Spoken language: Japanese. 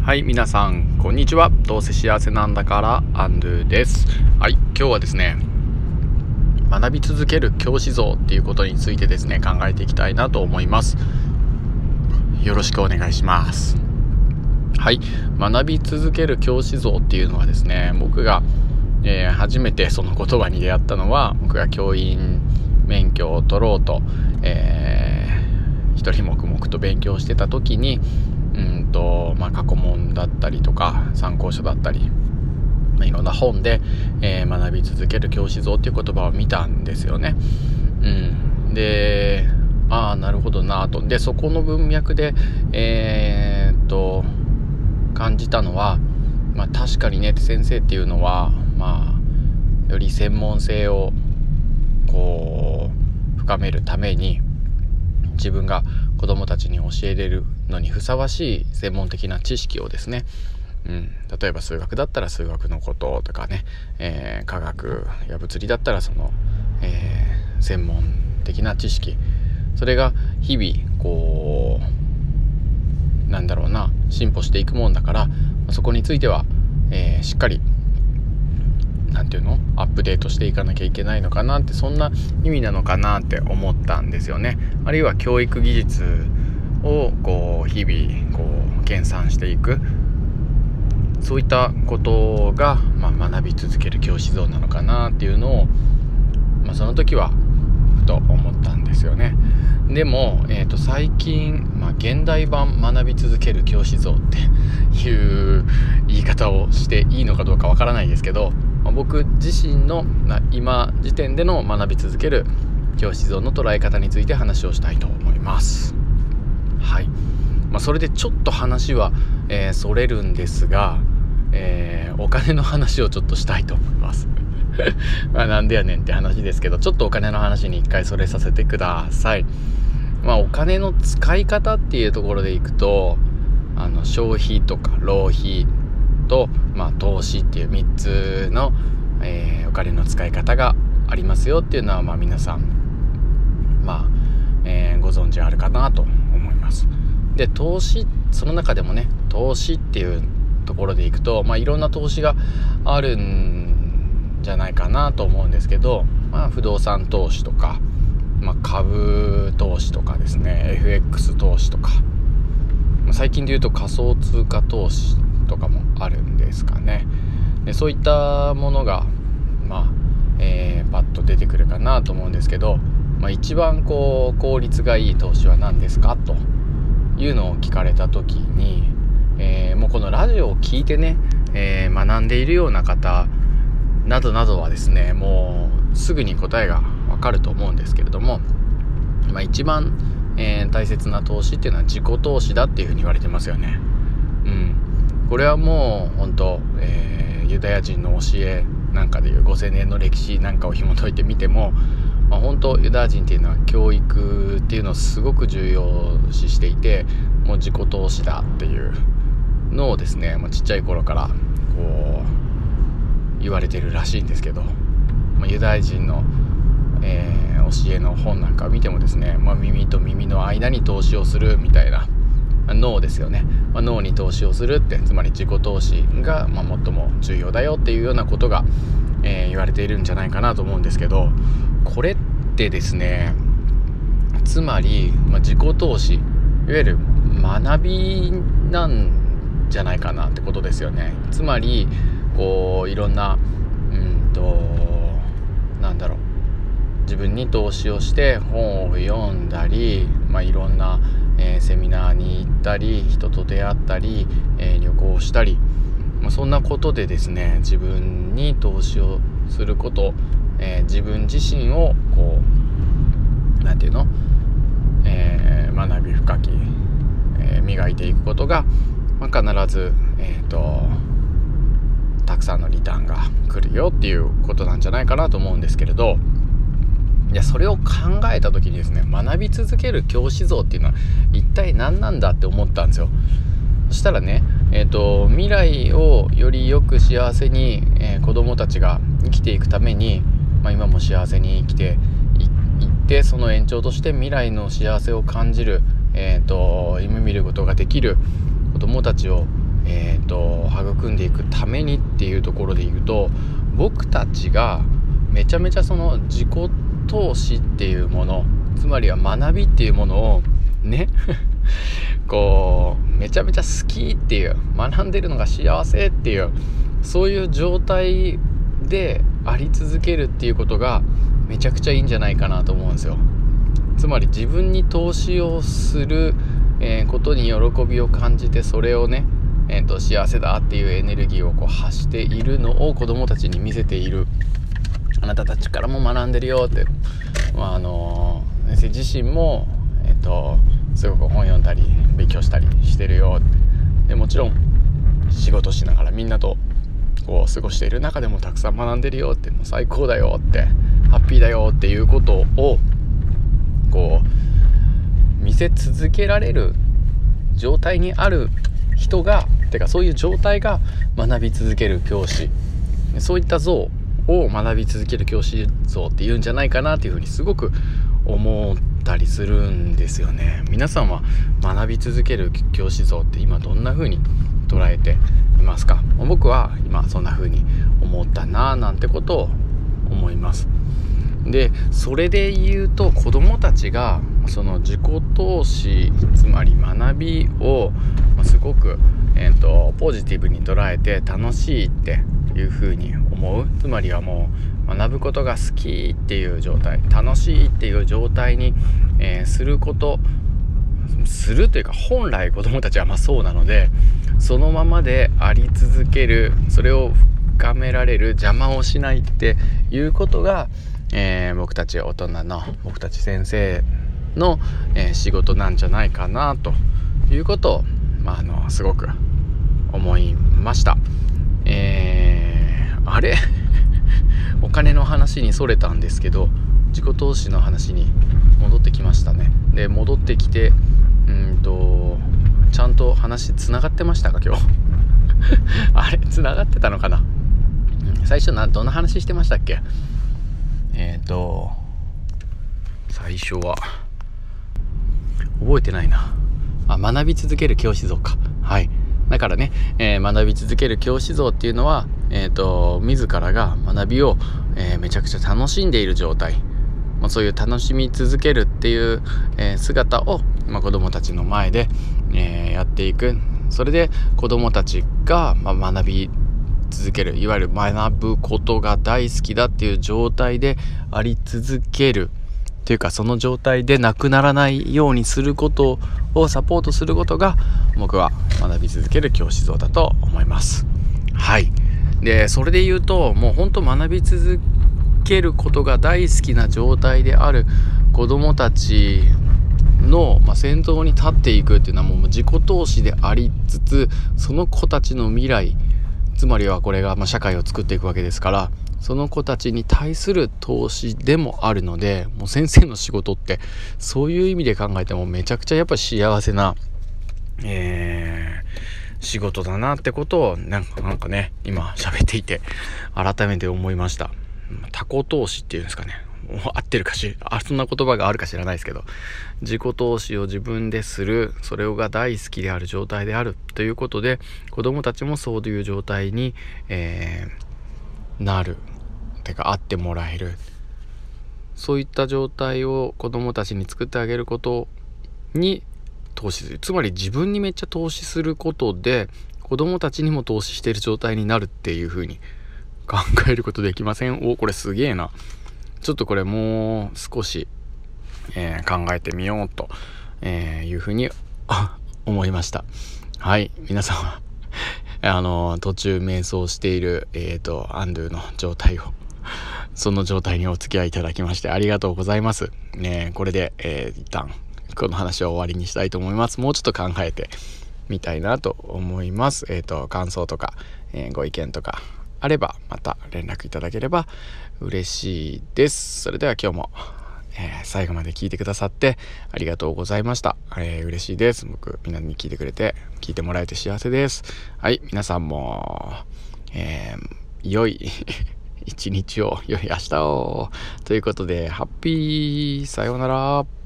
はい、皆さんこんにちは。どうせ幸せなんだからアンドゥです。はい、今日はですね、学び続ける教師像っていうことについてですね、考えていきたいなと思います。よろしくお願いします。はい、学び続ける教師像っていうのはですね、僕が、初めてその言葉に出会ったのは、僕が教員免許を取ろうと、一人黙々と勉強してた時に過去問だったりとか参考書だったり、いろんな本で、学び続ける教師像っていう言葉を見たんですよね。で、なるほどなと。で、そこの文脈で感じたのは、確かにね、先生っていうのはより専門性をこう深めるために自分が子どもたちに教えれるのにふさわしい専門的な知識をですね、例えば数学だったら数学のこととかね、科学や物理だったらその、専門的な知識、それが日々こう進歩していくもんだから、そこについては、しっかりアップデートしていかなきゃいけないのかなって、そんな意味なのかなって思ったんですよね。あるいは教育技術を日々研鑽していく、そういったことが、学び続ける教師像なのかなっていうのを、その時はふと思ったんですよね。でも、最近、現代版学び続ける教師像っていう言い方をしていいのかどうかわからないですけど、僕自身の今時点での学び続ける教師像の捉え方について話をしたいと思います。はい、それでちょっと話は、それるんですが、お金の話をちょっとしたいと思いますなんでやねんって話ですけど、ちょっとお金の話に一回それさせてください。お金の使い方っていうところでいくと、消費とか浪費と、投資っていう3つの、お金の使い方がありますよっていうのは、皆さん、ご存知あるかなと思います。で、投資、その中でもね、投資っていうところでいくと、いろんな投資があるんじゃないかなと思うんですけど、不動産投資とか、株投資とかですね、 FX 投資とか、最近で言うと仮想通貨投資とかもあるんですかね。で、そういったものがパッと出てくるかなと思うんですけど、一番効率がいい投資は何ですかというのを聞かれた時に、もうこのラジオを聞いてね、学んでいるような方などなどはですね、もうすぐに答えがわかると思うんですけれども、一番、大切な投資っていうのは自己投資だっていうふうに言われてますよね。これはもう本当、ユダヤ人の教えなんかでいう5000年の歴史なんかを紐解いてみても、本当ユダヤ人っていうのは教育っていうのをすごく重要視していて、もう自己投資だっていうのをですね、ちっちゃい頃から言われてるらしいんですけど、ユダヤ人の、教えの本なんかを見てもですね、耳と耳の間に投資をするみたいな、脳ですよね、脳に投資をするって、つまり自己投資が、最も重要だよっていうようなことが、言われているんじゃないかなと思うんですけど、これってですね、つまり、自己投資、いわゆる学びなんじゃないかなってことですよね。つまりいろんな自分に投資をして本を読んだり、いろんな、セミナーに行ったり、人と出会ったり、旅行したり、そんなことでですね、自分に投資をすること、自分自身を学び深き、磨いていくことが、必ず、たくさんのリターンが来るよっていうことなんじゃないかなと思うんですけれど、それを考えた時にですね、学び続ける教師像っていうのは一体何なんだって思ったんですよ。そしたらね、未来をよりよく幸せに、子どもたちが生きていくために、今も幸せに生きていって、その延長として未来の幸せを感じる、夢見ることができる子どもたちを、 育んでいくためにっていうところで言うと、僕たちがめちゃめちゃその自己投資っていうもの、つまりは学びっていうものをねこうめちゃめちゃ好きっていう、学んでるのが幸せっていう、そういう状態であり続けるっていうことがめちゃくちゃいいんじゃないかなと思うんですよ。つまり自分に投資をする、ことに喜びを感じて、それをね、幸せだっていうエネルギーをこう発しているのを子どもたちに見せている。あなたたちからも学んでるよって、先生自身も、すごく本読んだり勉強したりしてるよって。でもちろん仕事しながらみんなとこう過ごしている中でもたくさん学んでるよって、もう最高だよって、ハッピーだよっていうことをこう見せ続けられる状態にある人が、てかそういう状態が学び続ける教師、そういった像を学び続ける教師像っていうんじゃないかなっていうふうにすごく思ったりするんですよね。皆さんは学び続ける教師像って今どんなふうに捉えていますか？僕は今そんなふうに思ったななんてことを思います。でそれで言うと、子どもたちがその自己投資、つまり学びをすごく、ポジティブに捉えて楽しいっていうふうに思う。つまりはもう学ぶことが好きっていう状態、楽しいっていう状態に、するというか、本来子どもたちはそうなので、そのままであり続ける、それを深められる、邪魔をしないっていうことが、僕たち大人の、僕たち先生の、仕事なんじゃないかなということを、すごく思いました。あれお金の話にそれたんですけど、自己投資の話に戻ってきましたね。で戻ってきて、ちゃんと話つながってましたか今日あれつながってたのかな。最初どんな話してましたっけ？最初は覚えてないな。学び続ける教師像か。はい。だからね、学び続ける教師像っていうのは、自らが学びを、めちゃくちゃ楽しんでいる状態、そういう楽しみ続けるっていう、姿を、子どもたちの前で、やっていく。それで子どもたちが、学び続ける、いわゆる学ぶことが大好きだっていう状態であり続けるというか、その状態でなくならないようにすることをサポートすることが、僕は学び続ける教師像だと思います。はい。でそれで言うと、もう本当学び続けることが大好きな状態である子どもたちの、先頭に立っていくっていうのはもう自己投資でありつつ、その子たちの未来、つまりはこれが社会を作っていくわけですから、その子たちに対する投資でもあるので、もう先生の仕事ってそういう意味で考えてもめちゃくちゃやっぱり幸せな、仕事だなってことをなんかね、今喋っていて改めて思いました。他己投資っていうんですかね、合ってるかそんな言葉があるか知らないですけど、自己投資を自分でする、それが大好きである状態であるということで、子どもたちもそういう状態に、なるてかあってもらえる、そういった状態を子どもたちに作ってあげることに投資する。つまり自分にめっちゃ投資することで子どもたちにも投資している状態になるっていう風に考えることできません？これすげえな。ちょっとこれもう少し、考えてみようと、いう風に思いました。はい。皆さんは途中瞑想しているアンドゥの状態をその状態にお付き合いいただきましてありがとうございます。これで、一旦この話を終わりにしたいと思います。もうちょっと考えてみたいなと思います。感想とか、ご意見とかあればまた連絡いただければ嬉しいです。それでは今日も、最後まで聞いてくださってありがとうございました。嬉しいです。僕みんなに聞いてもらえて幸せです。はい、皆さんも、良い一日を、良い明日をということで、ハッピーさようなら。